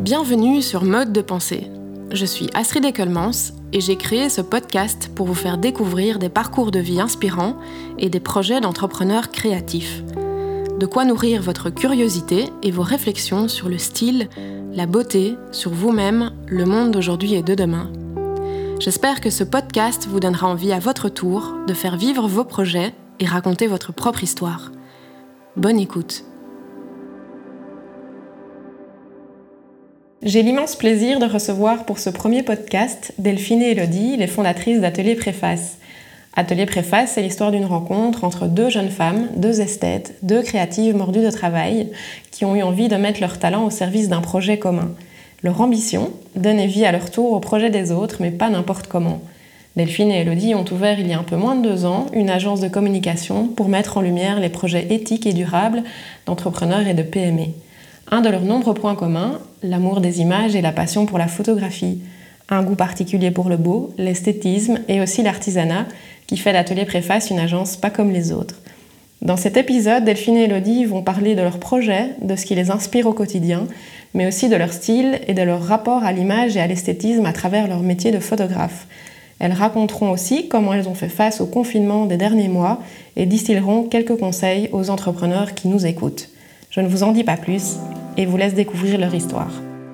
Bienvenue sur Mode de pensée. Je suis Astrid Ekelmans et j'ai créé ce podcast pour vous faire découvrir des parcours de vie inspirants et des projets d'entrepreneurs créatifs. De quoi nourrir votre curiosité et vos réflexions sur le style, la beauté, sur vous-même, le monde d'aujourd'hui et de demain. J'espère que ce podcast vous donnera envie à votre tour de faire vivre vos projets et raconter votre propre histoire. Bonne écoute. J'ai l'immense plaisir de recevoir pour ce premier podcast Delphine et Elodie, les fondatrices d'Atelier Préface. Atelier Préface, c'est l'histoire d'une rencontre entre deux jeunes femmes, deux esthètes, deux créatives mordues de travail qui ont eu envie de mettre leur talent au service d'un projet commun. Leur ambition, donner vie à leur tour au projet des autres, mais pas n'importe comment. Delphine et Elodie ont ouvert il y a un peu moins de 2 ans une agence de communication pour mettre en lumière les projets éthiques et durables d'entrepreneurs et de PME. Un de leurs nombreux points communs, l'amour des images et la passion pour la photographie. Un goût particulier pour le beau, l'esthétisme et aussi l'artisanat qui fait d'Atelier Préface une agence pas comme les autres. Dans cet épisode, Delphine et Elodie vont parler de leurs projets, de ce qui les inspire au quotidien, mais aussi de leur style et de leur rapport à l'image et à l'esthétisme à travers leur métier de photographe. Elles raconteront aussi comment elles ont fait face au confinement des derniers mois et distilleront quelques conseils aux entrepreneurs qui nous écoutent. Je ne vous en dis pas plus et vous laisse découvrir leur histoire.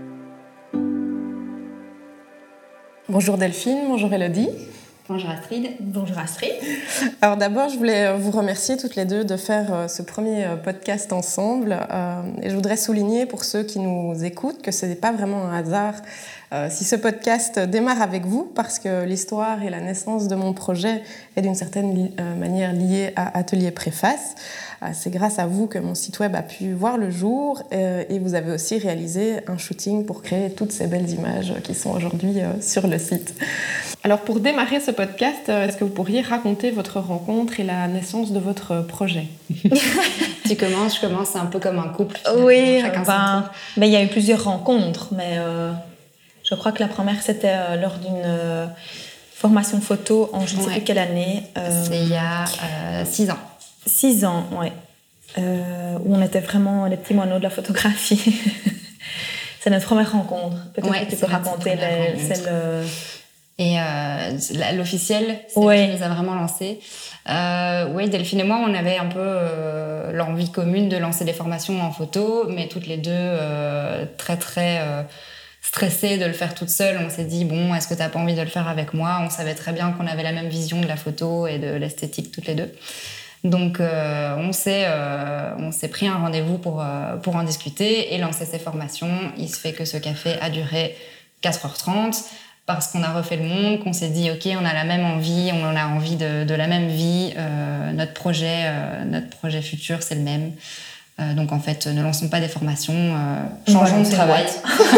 Bonjour Delphine, bonjour Elodie. Bonjour Astrid. Bonjour Astrid. Alors d'abord, je voulais vous remercier toutes les deux de faire ce premier podcast ensemble. Et je voudrais souligner pour ceux qui nous écoutent que ce n'est pas vraiment un hasard si ce podcast démarre avec vous, parce que l'histoire et la naissance de mon projet est d'une certaine manière liée à Atelier Préface. C'est grâce à vous que mon site web a pu voir le jour et vous avez aussi réalisé un shooting pour créer toutes ces belles images qui sont aujourd'hui sur le site. Alors pour démarrer ce podcast, est-ce que vous pourriez raconter votre rencontre et la naissance de votre projet ? Tu commences, je commence, c'est un peu comme un couple. Oui, il y a eu plusieurs rencontres, mais je crois que la première c'était lors d'une formation photo en je ne sais plus quelle année. C'est il y a 6 ans. 6 ans, oui. Où on était vraiment les petits moineaux de la photographie. C'est notre première rencontre. Peut-être que tu peux raconter celle... Et l'officiel, c'est qui nous a vraiment lancé. Oui, Delphine et moi, on avait un peu l'envie commune de lancer des formations en photo, mais toutes les deux très stressées de le faire toutes seules. On s'est dit, bon, est-ce que t'as pas envie de le faire avec moi ? On savait très bien qu'on avait la même vision de la photo et de l'esthétique toutes les deux. Donc, on s'est pris un rendez-vous pour en discuter et lancer ces formations. Il se fait que ce café a duré 4h30 parce qu'on a refait le monde, qu'on s'est dit, OK, on a la même envie, on a envie de la même vie. Notre projet futur, c'est le même. Donc, en fait, ne lançons pas des formations, changeons de travail.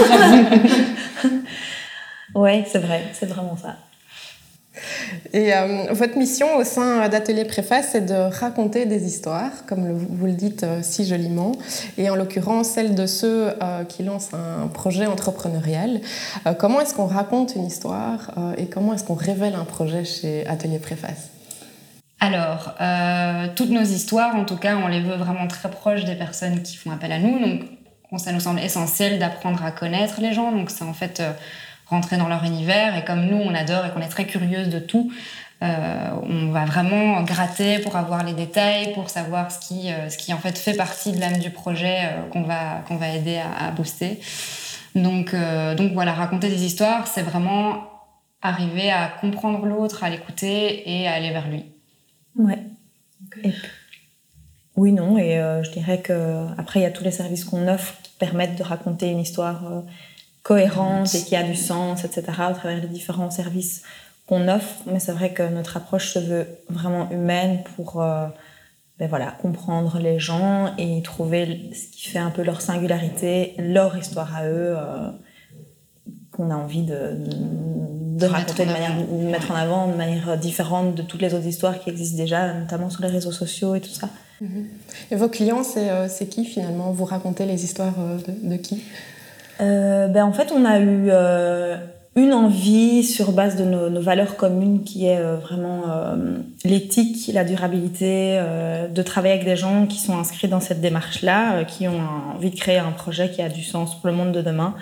Oui, c'est vrai, c'est vraiment ça. Et votre mission au sein d'Atelier Préface, c'est de raconter des histoires, comme vous le dites si joliment, et en l'occurrence celle de ceux qui lancent un projet entrepreneurial. Comment est-ce qu'on raconte une histoire et comment est-ce qu'on révèle un projet chez Atelier Préface ? Alors, toutes nos histoires, en tout cas, on les veut vraiment très proches des personnes qui font appel à nous. Donc, ça nous semble essentiel d'apprendre à connaître les gens. Donc, c'est en fait... rentrer dans leur univers, et comme nous on adore et qu'on est très curieuse de tout, on va vraiment gratter pour avoir les détails, pour savoir ce qui en fait fait partie de l'âme du projet qu'on va aider à booster. Donc voilà, raconter des histoires, c'est vraiment arriver à comprendre l'autre, à l'écouter et à aller vers lui. Ouais. Okay. Oui, non, et je dirais que après il y a tous les services qu'on offre qui permettent de raconter une histoire cohérente et qui a du sens, etc., à travers les différents services qu'on offre. Mais c'est vrai que notre approche se veut vraiment humaine pour comprendre les gens et trouver ce qui fait un peu leur singularité, leur histoire à eux, qu'on a envie de raconter de mettre en avant de manière différente de toutes les autres histoires qui existent déjà, notamment sur les réseaux sociaux et tout ça. Et vos clients, c'est qui finalement ? Vous racontez les histoires de qui ? En fait, on a eu une envie sur base de nos valeurs communes qui est vraiment l'éthique, la durabilité, de travailler avec des gens qui sont inscrits dans cette démarche-là, qui ont envie de créer un projet qui a du sens pour le monde de demain.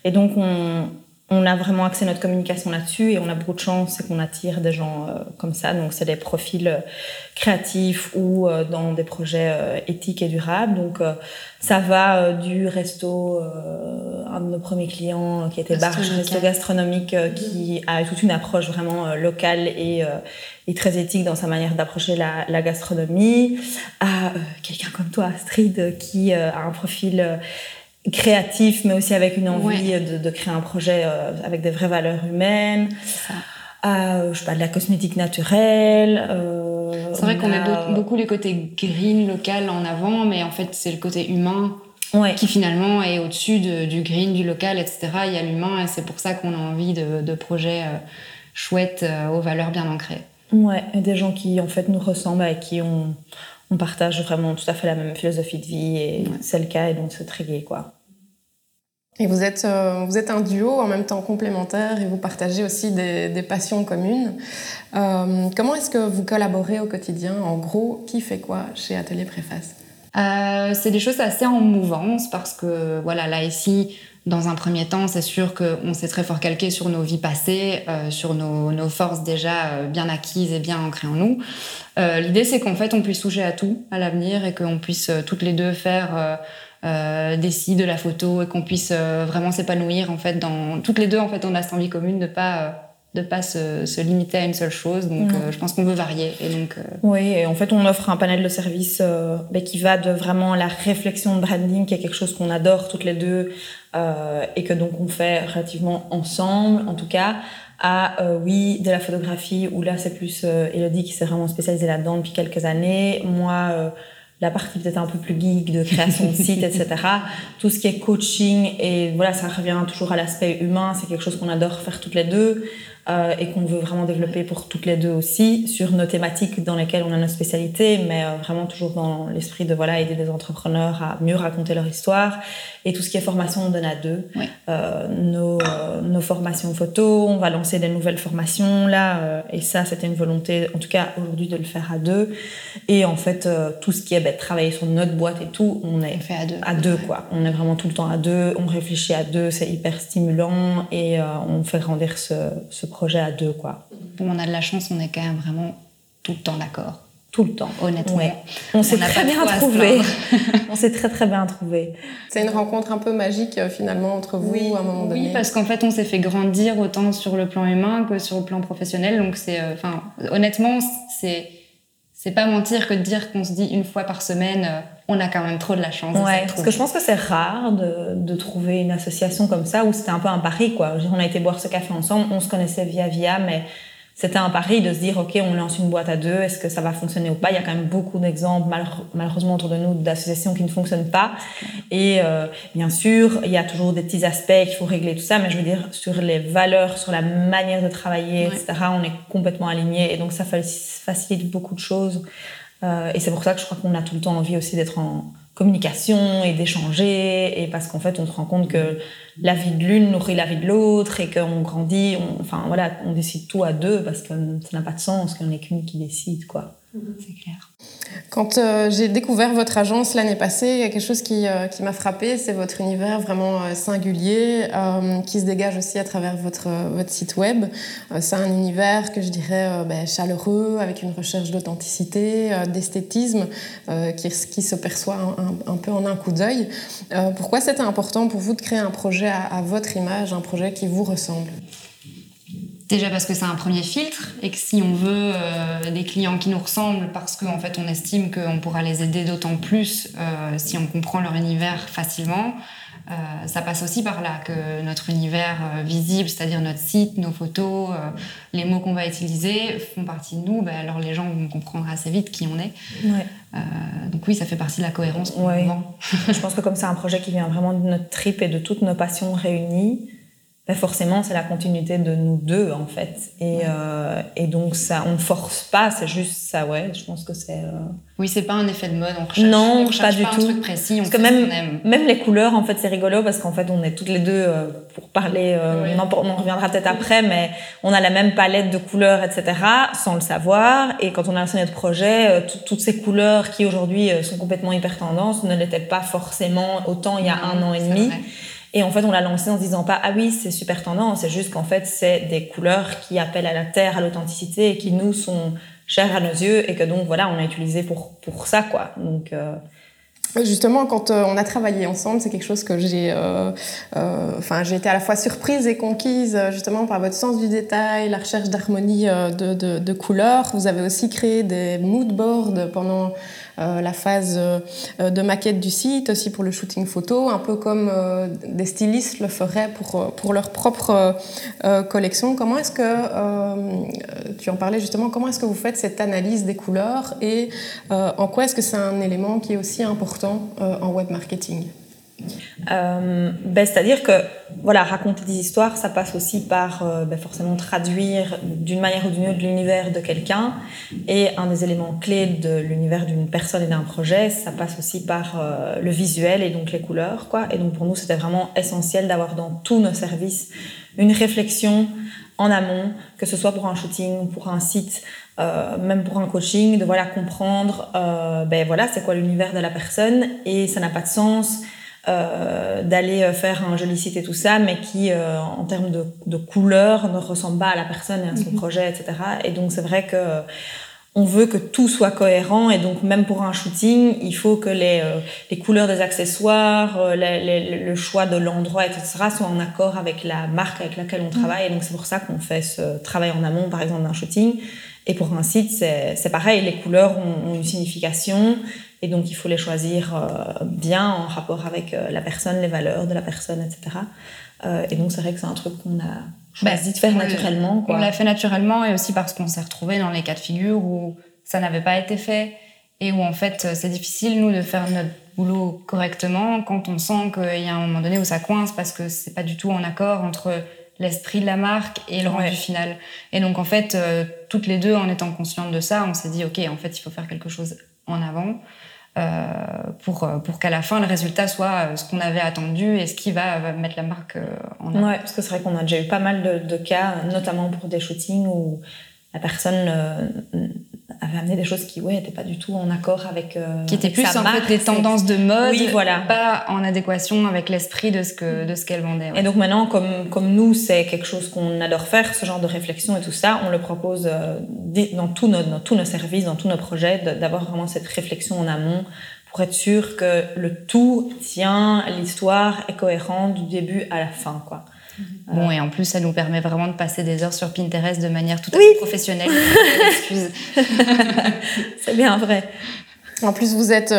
Et donc, on a vraiment axé notre communication là-dessus et on a beaucoup de chance, c'est qu'on attire des gens comme ça. Donc, c'est des profils créatifs ou dans des projets éthiques et durables. Donc, ça va du resto, un de nos premiers clients qui était Barge, resto gastronomique, qui a toute une approche vraiment locale et très éthique dans sa manière d'approcher la gastronomie, à quelqu'un comme toi, Astrid, qui a un profil créatif, mais aussi avec une envie de créer un projet avec des vraies valeurs humaines. Je sais pas, de la cosmétique naturelle. C'est vrai qu'on met beaucoup les côtés green, local en avant, mais en fait, c'est le côté humain qui finalement est au-dessus du green, du local, etc. Il y a l'humain et c'est pour ça qu'on a envie de projets chouettes aux valeurs bien ancrées. Ouais, et des gens qui en fait nous ressemblent, avec qui on partage vraiment tout à fait la même philosophie de vie et c'est le cas et donc c'est très gai, quoi. Et vous êtes un duo en même temps complémentaire et vous partagez aussi des passions communes. Comment est-ce que vous collaborez au quotidien? En gros, qui fait quoi chez Atelier Préface? C'est des choses assez en mouvance parce que voilà, là ici, dans un premier temps, c'est sûr qu'on s'est très fort calqué sur nos vies passées, sur nos forces déjà bien acquises et bien ancrées en nous. L'idée, c'est qu'en fait, on puisse toucher à tout à l'avenir et qu'on puisse toutes les deux faire des sites, de la photo et qu'on puisse vraiment s'épanouir en fait dans toutes les deux. En fait, on a cette envie commune de pas se limiter à une seule chose. Donc, je pense qu'on veut varier. Et donc, oui, et en fait, on offre un panel de services qui va de vraiment la réflexion de branding, qui est quelque chose qu'on adore toutes les deux et que donc on fait relativement ensemble, en tout cas, à de la photographie, où là, c'est plus Élodie qui s'est vraiment spécialisée là-dedans depuis quelques années. Moi, la partie peut-être un peu plus geek de création de site, etc. Tout ce qui est coaching, et voilà, ça revient toujours à l'aspect humain, c'est quelque chose qu'on adore faire toutes les deux et qu'on veut vraiment développer pour toutes les deux aussi, sur nos thématiques dans lesquelles on a nos spécialités, mais vraiment toujours dans l'esprit de aider des entrepreneurs à mieux raconter leur histoire. Et tout ce qui est formation, on donne à deux. Oui. Nos formations photo, on va lancer des nouvelles formations là, et ça, c'était une volonté, en tout cas aujourd'hui, de le faire à deux. Et en fait, tout ce qui est travailler sur notre boîte et tout, on est fait à deux, quoi. On est vraiment tout le temps à deux, on réfléchit à deux, c'est hyper stimulant et on fait grandir ce projet à deux, quoi. Bon, on a de la chance, on est quand même vraiment tout le temps d'accord. Tout le temps, honnêtement. Ouais. On s'est très bien trouvé. On s'est très très bien trouvé. C'est une rencontre un peu magique finalement entre vous à un moment donné. Oui, parce qu'en fait, on s'est fait grandir autant sur le plan humain que sur le plan professionnel. Donc c'est, honnêtement, c'est pas mentir que de dire qu'on se dit une fois par semaine, on a quand même trop de la chance. Ouais, parce que je pense que c'est rare de trouver une association comme ça où c'était un peu un pari, quoi. On a été boire ce café ensemble, on se connaissait via, mais c'était un pari de se dire, OK, on lance une boîte à deux, est-ce que ça va fonctionner ou pas? Il y a quand même beaucoup d'exemples, malheureusement, autour de nous, d'associations qui ne fonctionnent pas. Et bien sûr, il y a toujours des petits aspects qu'il faut régler, tout ça, mais je veux dire, sur les valeurs, sur la manière de travailler, etc., on est complètement alignés. Et donc, ça facilite beaucoup de choses. Et c'est pour ça que je crois qu'on a tout le temps envie aussi d'être en communication et d'échanger, et parce qu'en fait, on se rend compte que la vie de l'une nourrit la vie de l'autre et qu'on grandit, on décide tout à deux parce que ça n'a pas de sens qu'il n'y en ait qu'une qui décide, quoi. C'est clair. Quand j'ai découvert votre agence l'année passée, il y a quelque chose qui m'a frappée, c'est votre univers vraiment singulier, qui se dégage aussi à travers votre site web. C'est un univers que je dirais chaleureux, avec une recherche d'authenticité, d'esthétisme, qui se perçoit un peu en un coup d'œil. Pourquoi c'était important pour vous de créer un projet à votre image, un projet qui vous ressemble ? Déjà parce que c'est un premier filtre et que si on veut des clients qui nous ressemblent, parce qu'en fait on estime qu'on pourra les aider d'autant plus si on comprend leur univers facilement, ça passe aussi par là, que notre univers visible, c'est-à-dire notre site, nos photos, les mots qu'on va utiliser font partie de nous, alors les gens vont comprendre assez vite qui on est. Ouais. Donc oui, ça fait partie de la cohérence qu'on vend. Je pense que comme c'est un projet qui vient vraiment de notre trip et de toutes nos passions réunies, forcément, c'est la continuité de nous deux, en fait. Et donc, ça, on ne force pas, c'est juste ça, je pense que c'est... Oui, c'est pas un effet de mode, on recherche pas du pas tout. Un truc précis, parce que même les couleurs, en fait, c'est rigolo, parce qu'en fait, on est toutes les deux, pour parler, on reviendra peut-être après, mais on a la même palette de couleurs, etc., sans le savoir. Et quand on a lancé notre projet, toutes ces couleurs qui, aujourd'hui, sont complètement hyper tendance, ne l'étaient pas forcément autant il y a un an et demi. Vrai. Et en fait, on l'a lancé en se disant pas, ah oui, c'est super tendance, c'est juste qu'en fait, c'est des couleurs qui appellent à la terre, à l'authenticité et qui nous sont chères à nos yeux et que donc, voilà, on a utilisé pour ça, quoi. Donc, Justement, quand on a travaillé ensemble, c'est quelque chose que j'ai été à la fois surprise et conquise justement par votre sens du détail, la recherche d'harmonie de couleurs. Vous avez aussi créé des mood boards pendant la phase de maquette du site, aussi pour le shooting photo, un peu comme des stylistes le feraient pour leur propre collection. Comment est-ce que, tu en parlais justement, comment est-ce que vous faites cette analyse des couleurs et en quoi est-ce que c'est un élément qui est aussi important en web marketing? C'est-à-dire que voilà, raconter des histoires, ça passe aussi par forcément traduire d'une manière ou d'une autre l'univers de quelqu'un. Et un des éléments clés de l'univers d'une personne et d'un projet, ça passe aussi par le visuel et donc les couleurs, quoi. Et donc pour nous, c'était vraiment essentiel d'avoir dans tous nos services une réflexion en amont, que ce soit pour un shooting, pour un site, même pour un coaching, de voilà comprendre c'est quoi l'univers de la personne. Et ça n'a pas de sens d'aller faire un joli site et tout ça, mais qui, en termes de couleurs, ne ressemble pas à la personne et à son projet, etc. Et donc, c'est vrai que on veut que tout soit cohérent, et donc même pour un shooting, il faut que les couleurs des accessoires, le choix de l'endroit, etc. soient en accord avec la marque avec laquelle on travaille. Et donc, c'est pour ça qu'on fait ce travail en amont, par exemple, d'un shooting. Et pour un site, c'est pareil, les couleurs ont une signification. Et donc, il faut les choisir bien en rapport avec la personne, les valeurs de la personne, etc. Et donc, c'est vrai que c'est un truc qu'on a choisi de faire naturellement, quoi. On l'a fait naturellement, et aussi parce qu'on s'est retrouvés dans les cas de figure où ça n'avait pas été fait et où, en fait, c'est difficile, nous, de faire notre boulot correctement quand on sent qu'il y a un moment donné où ça coince parce que c'est pas du tout en accord entre l'esprit de la marque et le rendu final. Et donc, en fait, toutes les deux, en étant conscientes de ça, on s'est dit, OK, en fait, il faut faire quelque chose en avant pour qu'à la fin, le résultat soit ce qu'on avait attendu et ce qui va mettre la marque en avant. Ouais, parce que c'est vrai qu'on a déjà eu pas mal de cas, notamment pour des shootings où la personne avait amené des choses qui n'étaient pas du tout en accord avec qui étaient plus sa en marque, fait des tendances de mode, voilà. Pas en adéquation avec l'esprit de ce qu'elle vendait. Ouais. Et donc maintenant, comme nous, c'est quelque chose qu'on adore faire, ce genre de réflexion et tout ça, on le propose dans tous nos services, dans tous nos projets, d'avoir vraiment cette réflexion en amont pour être sûr que le tout tient, l'histoire est cohérente du début à la fin, quoi. Bon, et en plus, ça nous permet vraiment de passer des heures sur Pinterest de manière tout à fait professionnelle. Excuse. C'est bien vrai. En plus, vous êtes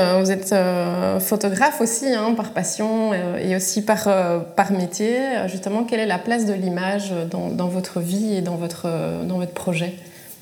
photographe aussi, par passion et aussi par métier. Justement, quelle est la place de l'image dans votre vie et dans votre projet ?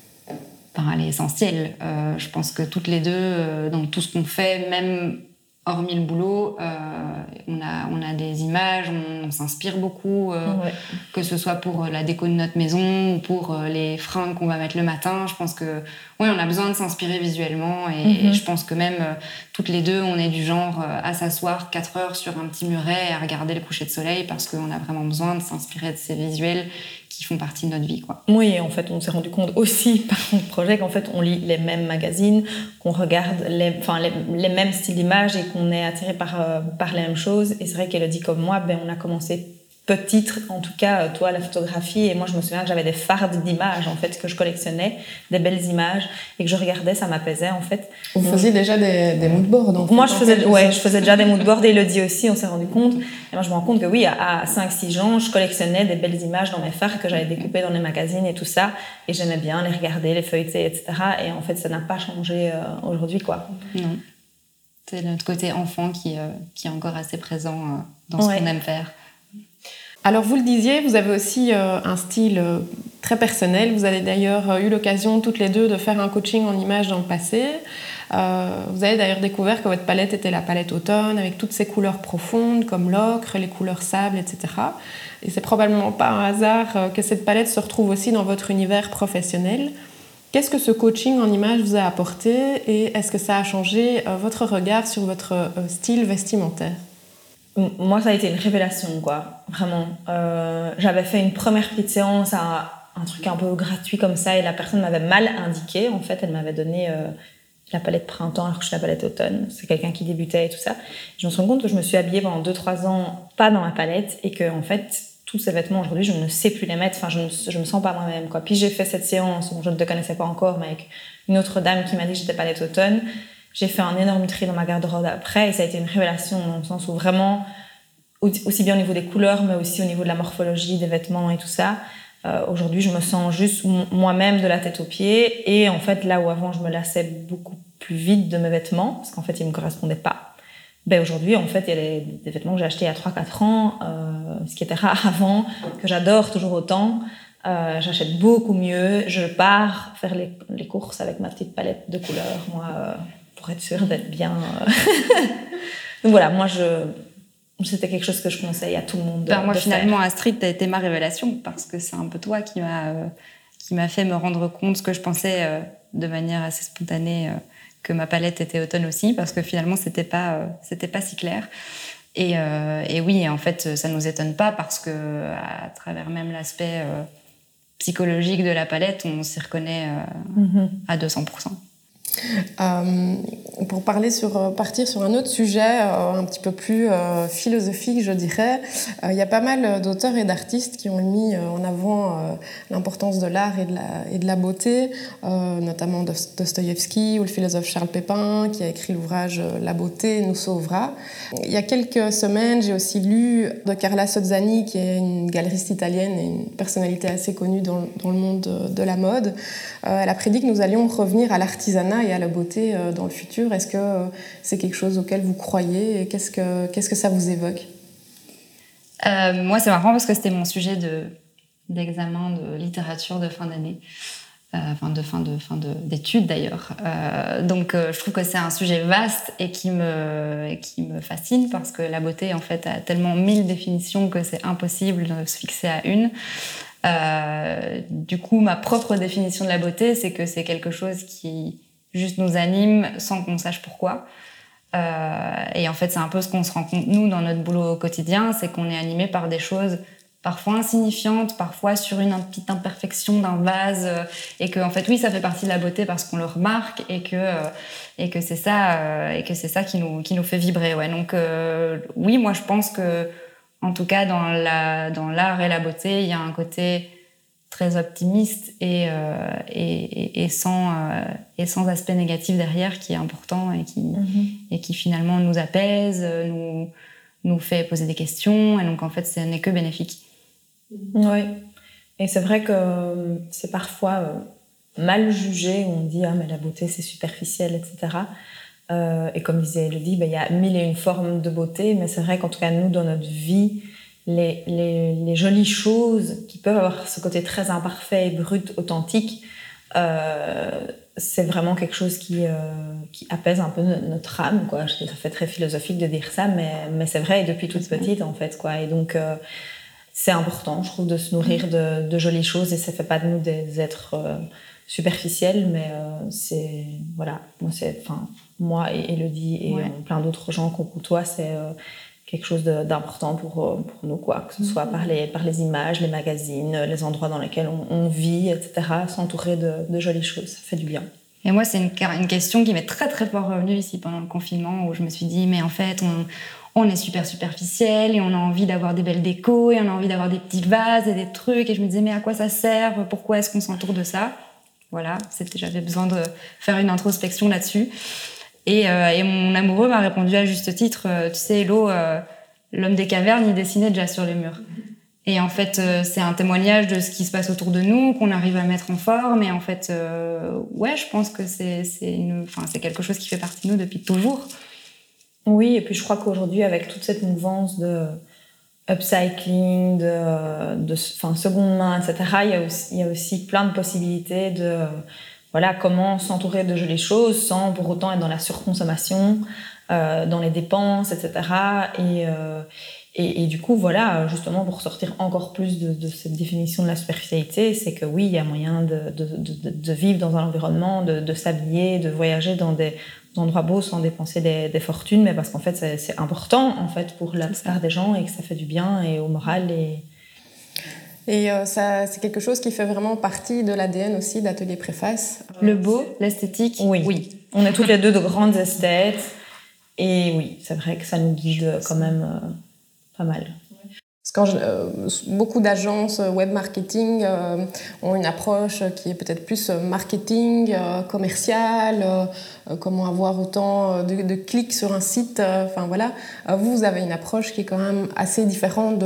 Elle est essentielle. Je pense que toutes les deux, dans tout ce qu'on fait, même hormis le boulot, on a des images, on s'inspire beaucoup, que ce soit pour la déco de notre maison ou pour les fringues qu'on va mettre le matin. Je pense que on a besoin de s'inspirer visuellement et je pense que même toutes les deux, on est du genre à s'asseoir 4 heures sur un petit muret et à regarder le coucher de soleil parce qu'on a vraiment besoin de s'inspirer de ces visuels qui font partie de notre vie, quoi. Oui, en fait, on s'est rendu compte aussi par notre projet qu'en fait, on lit les mêmes magazines, qu'on regarde les mêmes styles d'images et qu'on est attiré par les mêmes choses. Et c'est vrai qu'Elodie, comme moi, on a commencé petite, en tout cas, toi, la photographie. Et moi, je me souviens que j'avais des fardes d'images, en fait, que je collectionnais, des belles images, et que je regardais, ça m'apaisait, en fait. Vous faisiez déjà des moodboards, donc. Moi, je faisais déjà des moodboards, et Elodie aussi, on s'est rendu compte. Et moi, je me rends compte que oui, à 5-6 ans, je collectionnais des belles images dans mes fards que j'avais découpées dans les magazines et tout ça. Et j'aimais bien les regarder, les feuilleter, etc. Et en fait, ça n'a pas changé aujourd'hui, quoi. Non. C'est notre côté enfant qui est encore assez présent dans ce qu'on aime faire. Alors, vous le disiez, vous avez aussi un style très personnel. Vous avez d'ailleurs eu l'occasion, toutes les deux, de faire un coaching en images dans le passé. Vous avez d'ailleurs découvert que votre palette était la palette automne, avec toutes ces couleurs profondes, comme l'ocre, les couleurs sable, etc. Et c'est probablement pas un hasard que cette palette se retrouve aussi dans votre univers professionnel. Qu'est-ce que ce coaching en images vous a apporté et est-ce que ça a changé votre regard sur votre style vestimentaire ? Moi, ça a été une révélation, quoi. Vraiment. J'avais fait une première petite séance à un truc un peu gratuit comme ça et la personne m'avait mal indiqué. En fait, elle m'avait donné la palette printemps alors que je suis la palette automne. C'est quelqu'un qui débutait et tout ça. Je me suis rendu compte que je me suis habillée pendant 2-3 ans pas dans ma palette et que en fait tous ces vêtements aujourd'hui je ne sais plus les mettre. Enfin, je me sens pas moi-même, quoi. Puis j'ai fait cette séance, je ne te connaissais pas encore, mais avec une autre dame qui m'a dit que j'étais palette automne. J'ai fait un énorme tri dans ma garde-robe après et ça a été une révélation dans le sens où vraiment, aussi bien au niveau des couleurs, mais aussi au niveau de la morphologie des vêtements et tout ça, aujourd'hui je me sens juste moi-même de la tête aux pieds. Et en fait, là où avant je me lassais beaucoup plus vite de mes vêtements, parce qu'en fait ils ne me correspondaient pas, ben aujourd'hui en fait il y a des vêtements que j'ai achetés il y a 3-4 ans, ce qui était rare avant, que j'adore toujours autant. J'achète beaucoup mieux, je pars faire les courses avec ma petite palette de couleurs, moi, pour être sûre d'être bien. Donc voilà, moi c'était quelque chose que je conseille à tout le monde moi de finalement, faire. Astrid, t'as été ma révélation parce que c'est un peu toi qui m'a fait me rendre compte que je pensais de manière assez spontanée que ma palette était automne aussi, parce que finalement c'était pas si clair. Et oui, en fait, ça nous étonne pas parce que à travers même l'aspect psychologique de la palette, on s'y reconnaît à 200%. Pour partir sur un autre sujet un petit peu plus philosophique, je dirais, il y a pas mal d'auteurs et d'artistes qui ont mis en avant l'importance de l'art et de la beauté, notamment Dostoïevski ou le philosophe Charles Pépin qui a écrit l'ouvrage La beauté nous sauvera. Il y a quelques semaines, j'ai aussi lu de Carla Sozzani, qui est une galeriste italienne et une personnalité assez connue dans le monde de la mode. Elle a prédit que nous allions revenir à l'artisanat et à la beauté dans le futur. Est-ce que c'est quelque chose auquel vous croyez et qu'est-ce que ça vous évoque ? Moi, c'est marrant parce que c'était mon sujet d'examen de littérature de fin d'année. D'études d'ailleurs. Donc je trouve que c'est un sujet vaste et qui me fascine parce que la beauté en fait a tellement 1000 définitions que c'est impossible de se fixer à une. Du coup, ma propre définition de la beauté, c'est que c'est quelque chose qui juste nous anime sans qu'on sache pourquoi. Et en fait, c'est un peu ce qu'on se rend compte, nous, dans notre boulot au quotidien, c'est qu'on est animé par des choses parfois insignifiantes, parfois sur une petite imperfection d'un vase, et que en fait, oui, ça fait partie de la beauté parce qu'on le remarque et que c'est ça qui nous fait vibrer. Ouais. Donc, oui, moi, je pense que en tout cas, dans l'art et la beauté, il y a un côté très optimiste et sans aspect négatif derrière qui est important et qui finalement nous apaise, nous fait poser des questions. Et donc, en fait, ce n'est que bénéfique. Oui. Et c'est vrai que c'est parfois mal jugé. On dit « Ah, mais la beauté, c'est superficiel, etc. » Et comme disait Elodie, il y a 1001 formes de beauté, mais c'est vrai qu'en tout cas, nous, dans notre vie, les jolies choses qui peuvent avoir ce côté très imparfait, brut, authentique, c'est vraiment quelque chose qui apaise un peu notre âme, quoi. Ça fait très philosophique de dire ça, mais c'est vrai, et depuis toute petite, en fait, quoi. Et donc, c'est important, je trouve, de se nourrir de jolies choses, et ça fait pas de nous des êtres superficiels, mais c'est... Voilà, moi et Elodie et plein d'autres gens qu'on côtoie, c'est quelque chose d'important pour nous, quoi. Que ce soit par les images, les magazines, les endroits dans lesquels on vit, etc. S'entourer de jolies choses, ça fait du bien. Et moi, c'est une question qui m'est très très fort revenue ici pendant le confinement, où je me suis dit, mais en fait, on est super superficiel et on a envie d'avoir des belles décos et on a envie d'avoir des petits vases et des trucs. Et je me disais, mais à quoi ça sert ? Pourquoi est-ce qu'on s'entoure de ça ? Voilà, j'avais besoin de faire une introspection là-dessus. Et mon amoureux m'a répondu à juste titre, tu sais, Hello, l'homme des cavernes, il dessinait déjà sur les murs. Et en fait, c'est un témoignage de ce qui se passe autour de nous, qu'on arrive à mettre en forme. Et en fait, je pense que c'est quelque chose qui fait partie de nous depuis toujours. Oui, et puis je crois qu'aujourd'hui, avec toute cette mouvance de upcycling, de seconde main, etc., il y a aussi plein de possibilités de comment s'entourer de jolies choses sans pour autant être dans la surconsommation, dans les dépenses, etc. Et du coup, justement, pour sortir encore plus de cette définition de la superficialité, c'est que oui, il y a moyen de vivre dans un environnement, de s'habiller, de voyager dans des endroits beaux sans dépenser des fortunes, mais parce qu'en fait, c'est important en fait, pour la plupart des gens et que ça fait du bien et au moral. Et ça, c'est quelque chose qui fait vraiment partie de l'ADN aussi d'Atelier Préface. Le beau, l'esthétique, oui. On est toutes les deux de grandes esthètes. Et oui, c'est vrai que ça nous guide quand même pas mal. Parce que beaucoup d'agences web marketing ont une approche qui est peut-être plus marketing, commercial, comment avoir autant de clics sur un site. Enfin voilà. Vous avez une approche qui est quand même assez différente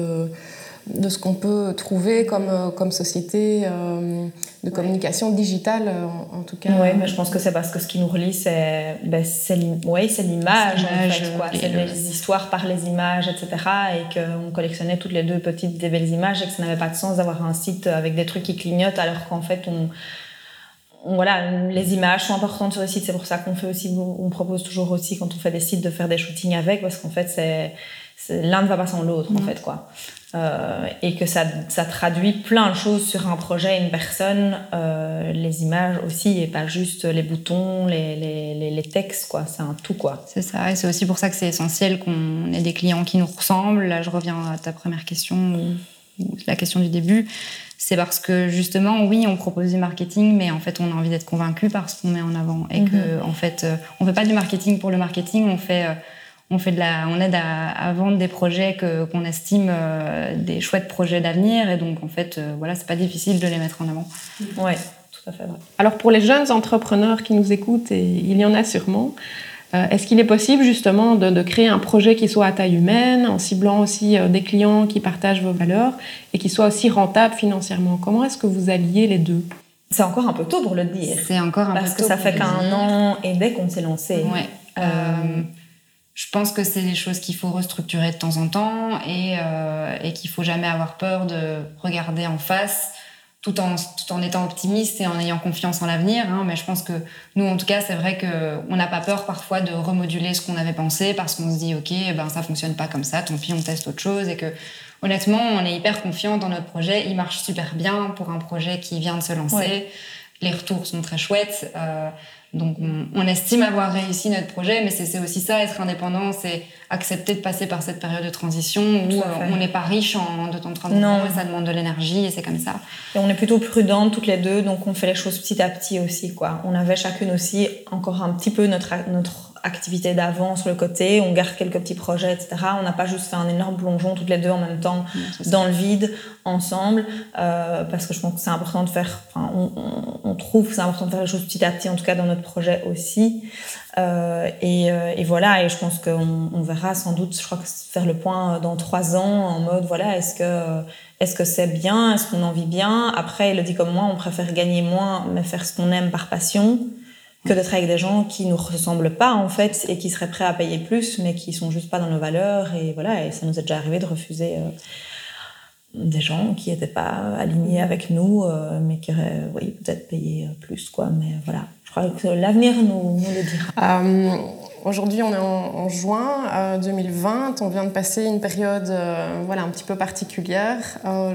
de ce qu'on peut trouver comme société de communication digitale, en tout cas. Oui, mais je pense que c'est parce que ce qui nous relie, c'est l'image, en fait, quoi. C'est les histoires par les images, etc. Et qu'on collectionnait toutes les deux des belles images et que ça n'avait pas de sens d'avoir un site avec des trucs qui clignotent alors qu'en fait, voilà, les images sont importantes sur les sites. C'est pour ça qu'on fait aussi, on propose toujours aussi quand on fait des sites de faire des shootings avec, parce qu'en fait, l'un ne va pas sans l'autre, en fait, quoi. Et que ça traduit plein de choses sur un projet, une personne, les images aussi, et pas juste les boutons, les textes, quoi. C'est un tout, quoi. C'est ça, et c'est aussi pour ça que c'est essentiel qu'on ait des clients qui nous ressemblent. Là, je reviens à ta première question, ou la question du début. C'est parce que justement, oui, on propose du marketing, mais en fait, on a envie d'être convaincu par ce qu'on met en avant. Et que, en fait, on fait pas du marketing pour le marketing, on aide à vendre des projets qu'on estime des chouettes projets d'avenir. Et donc, en fait, voilà, c'est pas difficile de les mettre en avant. Ouais, tout à fait vrai. Alors, pour les jeunes entrepreneurs qui nous écoutent, et il y en a sûrement, est-ce qu'il est possible justement de créer un projet qui soit à taille humaine, en ciblant aussi des clients qui partagent vos valeurs et qui soit aussi rentable financièrement? Comment est-ce que vous alliez les deux? C'est encore un peu tôt pour le dire. C'est encore un peu tôt. Parce que ça fait qu'un an et dès qu'on s'est lancé. Ouais. Je pense que c'est des choses qu'il faut restructurer de temps en temps et qu'il faut jamais avoir peur de regarder en face tout en étant optimiste et en ayant confiance en l'avenir. Mais je pense que nous, en tout cas, c'est vrai qu'on n'a pas peur parfois de remoduler ce qu'on avait pensé parce qu'on se dit « Ok, ça fonctionne pas comme ça, tant pis, on teste autre chose » et que honnêtement, on est hyper confiant dans notre projet. Il marche super bien pour un projet qui vient de se lancer. Ouais. Les retours sont très chouettes. Donc, on estime avoir réussi notre projet, mais c'est aussi ça, être indépendant, c'est accepter de passer par cette période de transition où on n'est pas riche de temps en temps, et ça demande de l'énergie, et c'est comme ça. Et on est plutôt prudentes toutes les deux, donc on fait les choses petit à petit aussi, quoi. On avait chacune aussi encore un petit peu notre activité d'avant sur le côté, on garde quelques petits projets, etc. On n'a pas juste fait un énorme plongeon toutes les deux en même temps dans le vide, ensemble, parce que je pense que c'est important de faire, on trouve que c'est important de faire les choses petit à petit, en tout cas dans notre projet aussi. Et voilà, et je pense qu'on verra sans doute, je crois que faire le point dans 3 ans, en mode, voilà, est-ce que c'est bien, est-ce qu'on en vit bien? Après, Elodie comme moi, on préfère gagner moins, mais faire ce qu'on aime par passion, que d'être avec des gens qui nous ressemblent pas, en fait, et qui seraient prêts à payer plus, mais qui sont juste pas dans nos valeurs. Et voilà, et ça nous est déjà arrivé de refuser des gens qui étaient pas alignés avec nous, mais qui auraient, oui, peut-être payé plus, quoi. Mais voilà, je crois que l'avenir nous le dira. Aujourd'hui, on est en juin 2020. On vient de passer une période un petit peu particulière. On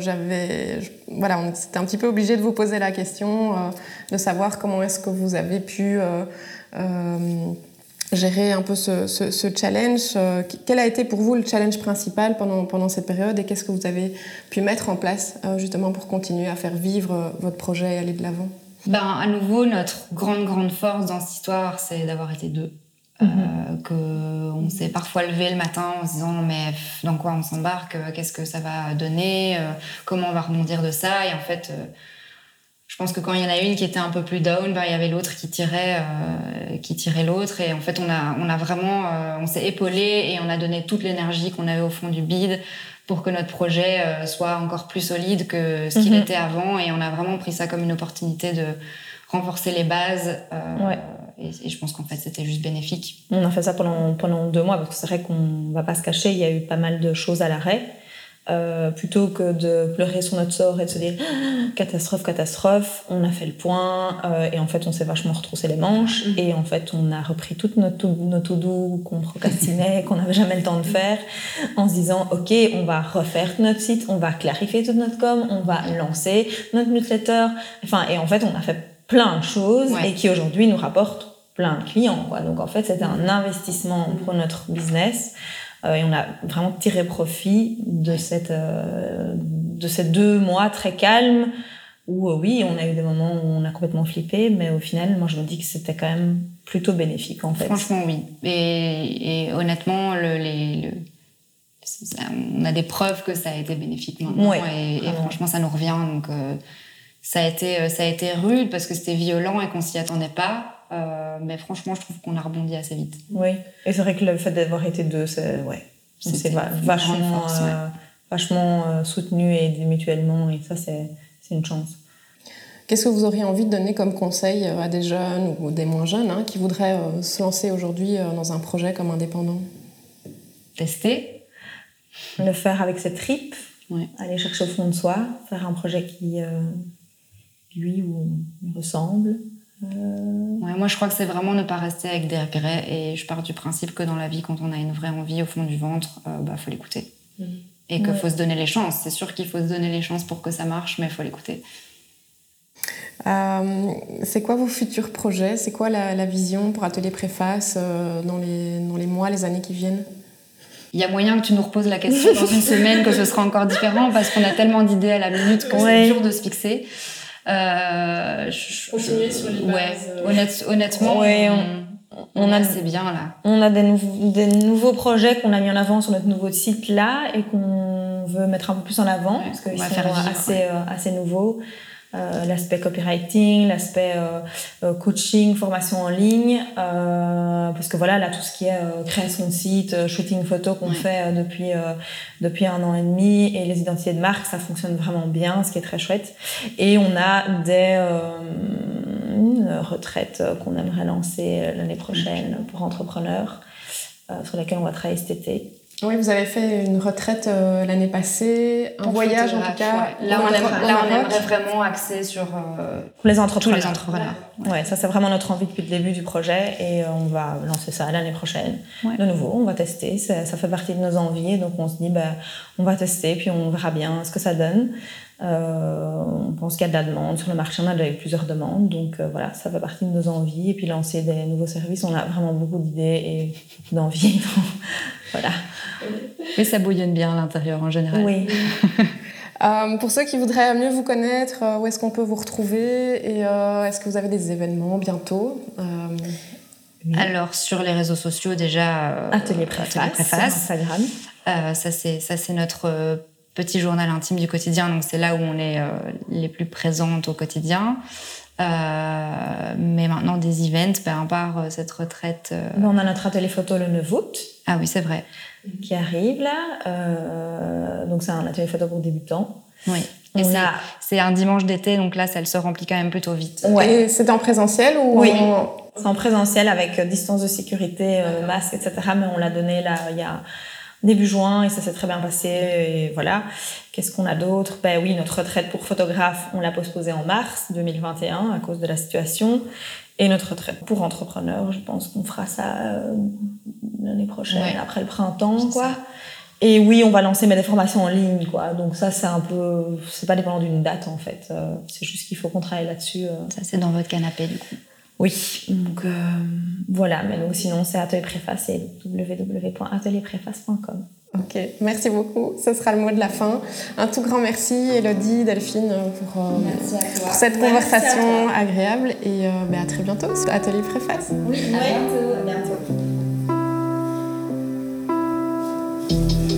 était un petit peu obligé de vous poser la question de savoir comment est-ce que vous avez pu gérer un peu ce challenge. Quel a été pour vous le challenge principal pendant cette période et qu'est-ce que vous avez pu mettre en place justement pour continuer à faire vivre votre projet et aller de l'avant? À nouveau, notre grande force dans cette histoire, c'est d'avoir été deux. Qu'on s'est parfois levé le matin en se disant mais dans quoi on s'embarque, qu'est-ce que ça va donner, comment on va rebondir de ça, et en fait je pense que quand il y en a une qui était un peu plus down, il y avait l'autre qui tirait l'autre, et en fait on a vraiment on s'est épaulé et on a donné toute l'énergie qu'on avait au fond du bide pour que notre projet soit encore plus solide que ce qu'il était avant, et on a vraiment pris ça comme une opportunité de renforcer les bases. Et je pense qu'en fait, c'était juste bénéfique. On a fait ça pendant 2 mois, parce que c'est vrai qu'on va pas se cacher, il y a eu pas mal de choses à l'arrêt. Plutôt que de pleurer sur notre sort et de se dire catastrophe, on a fait le point, et en fait, on s'est vachement retroussé les manches, et en fait, on a repris toutes nos to-do qu'on procrastinait, qu'on n'avait jamais le temps de faire, en se disant ok, on va refaire notre site, on va clarifier toute notre com, on va lancer notre newsletter, et en fait, on a fait plein de choses et qui aujourd'hui nous rapportent plein de clients, quoi. Donc en fait, c'était un investissement pour notre business, et on a vraiment tiré profit de ces 2 mois très calmes où oui, on a eu des moments où on a complètement flippé, mais au final, moi je me dis que c'était quand même plutôt bénéfique en fait. Franchement, oui. Et honnêtement, on a des preuves que ça a été bénéfique maintenant. Oui, et franchement, ça nous revient. Donc, ça a été rude parce que c'était violent et qu'on s'y attendait pas. Mais franchement, je trouve qu'on a rebondi assez vite. Oui, et c'est vrai que le fait d'avoir été deux, c'est vachement soutenu et aidé mutuellement. Et ça, c'est une chance. Qu'est-ce que vous auriez envie de donner comme conseil à des jeunes ou des moins jeunes qui voudraient se lancer aujourd'hui dans un projet comme indépendant? Tester. Le faire avec ses tripes, ouais. Aller chercher au fond de soi, faire un projet qui lui ressemble. Ouais, moi, je crois que c'est vraiment ne pas rester avec des regrets. Et je pars du principe que dans la vie, quand on a une vraie envie au fond du ventre, faut l'écouter. Et qu'il faut se donner les chances. C'est sûr qu'il faut se donner les chances pour que ça marche, mais il faut l'écouter. C'est quoi vos futurs projets? C'est quoi la vision pour Atelier Préface dans les mois, les années qui viennent? Il y a moyen que tu nous reposes la question dans une semaine, que ce sera encore différent, parce qu'on a tellement d'idées à la minute que c'est dur de se fixer. Continuer sur les bases. Honnêtement, c'est bien là. On a des nouveaux projets qu'on a mis en avant sur notre nouveau site là et qu'on veut mettre un peu plus en avant parce qu'ils sont assez nouveaux. L'aspect copywriting, l'aspect coaching, formation en ligne, parce que voilà, là, tout ce qui est création de site, shooting photo qu'on fait depuis 1 an et demi, et les identités de marque, ça fonctionne vraiment bien, ce qui est très chouette. Et on a une retraite qu'on aimerait lancer l'année prochaine pour entrepreneurs, sur laquelle on va travailler cet été. Oui, vous avez fait une retraite l'année passée, un voyage en tout cas. Ouais. Là, on aimerait vraiment axer sur les entrepreneurs. Tous les entrepreneurs. Ouais, ça c'est vraiment notre envie depuis le début du projet et on va lancer ça l'année prochaine. Ouais. De nouveau, on va tester, ça fait partie de nos envies, donc on se dit on va tester puis on verra bien ce que ça donne. On pense qu'il y a de la demande sur le marché, on a déjà eu plusieurs demandes, donc voilà, ça fait partie de nos envies. Et puis lancer des nouveaux services, on a vraiment beaucoup d'idées et beaucoup d'envies. Voilà. Mais ça bouillonne bien à l'intérieur en général. Oui. Pour ceux qui voudraient mieux vous connaître, où est-ce qu'on peut vous retrouver et est-ce que vous avez des événements bientôt? Oui. Alors sur les réseaux sociaux déjà, Atelier Préface sur Instagram. Ça c'est notre petit journal intime du quotidien, donc c'est là où on est les plus présentes au quotidien. Mais maintenant des events, à part cette retraite. On a notre atelier photo le 9 août. Ah oui, c'est vrai. Qui arrive là. Donc c'est un atelier photo pour débutants. Oui. Et c'est un dimanche d'été, donc là, ça se remplit quand même plutôt vite. Ouais. Et c'est en présentiel ou Oui, c'est en présentiel avec distance de sécurité, masque, etc. Mais on l'a donné là il y a début juin et ça s'est très bien passé. Et voilà. Qu'est-ce qu'on a d'autre? Oui, notre retraite pour photographe, on l'a postposée en mars 2021 à cause de la situation. Et notre retraite pour entrepreneurs, je pense qu'on fera ça l'année prochaine, après le printemps, quoi. Ça. Et oui, on va lancer des formations en ligne, quoi. Donc ça, c'est pas dépendant d'une date, en fait. C'est juste qu'il faut qu'on travaille là-dessus. Ça, c'est dans votre canapé, du coup. Oui, donc voilà. Mais donc sinon, c'est Atelier Préface et www.atelierpreface.com. Ok, merci beaucoup. Ce sera le mot de la fin. Un tout grand merci, Élodie, Delphine, pour cette conversation agréable. Et à très bientôt sur Atelier Préface. Oui, à bientôt.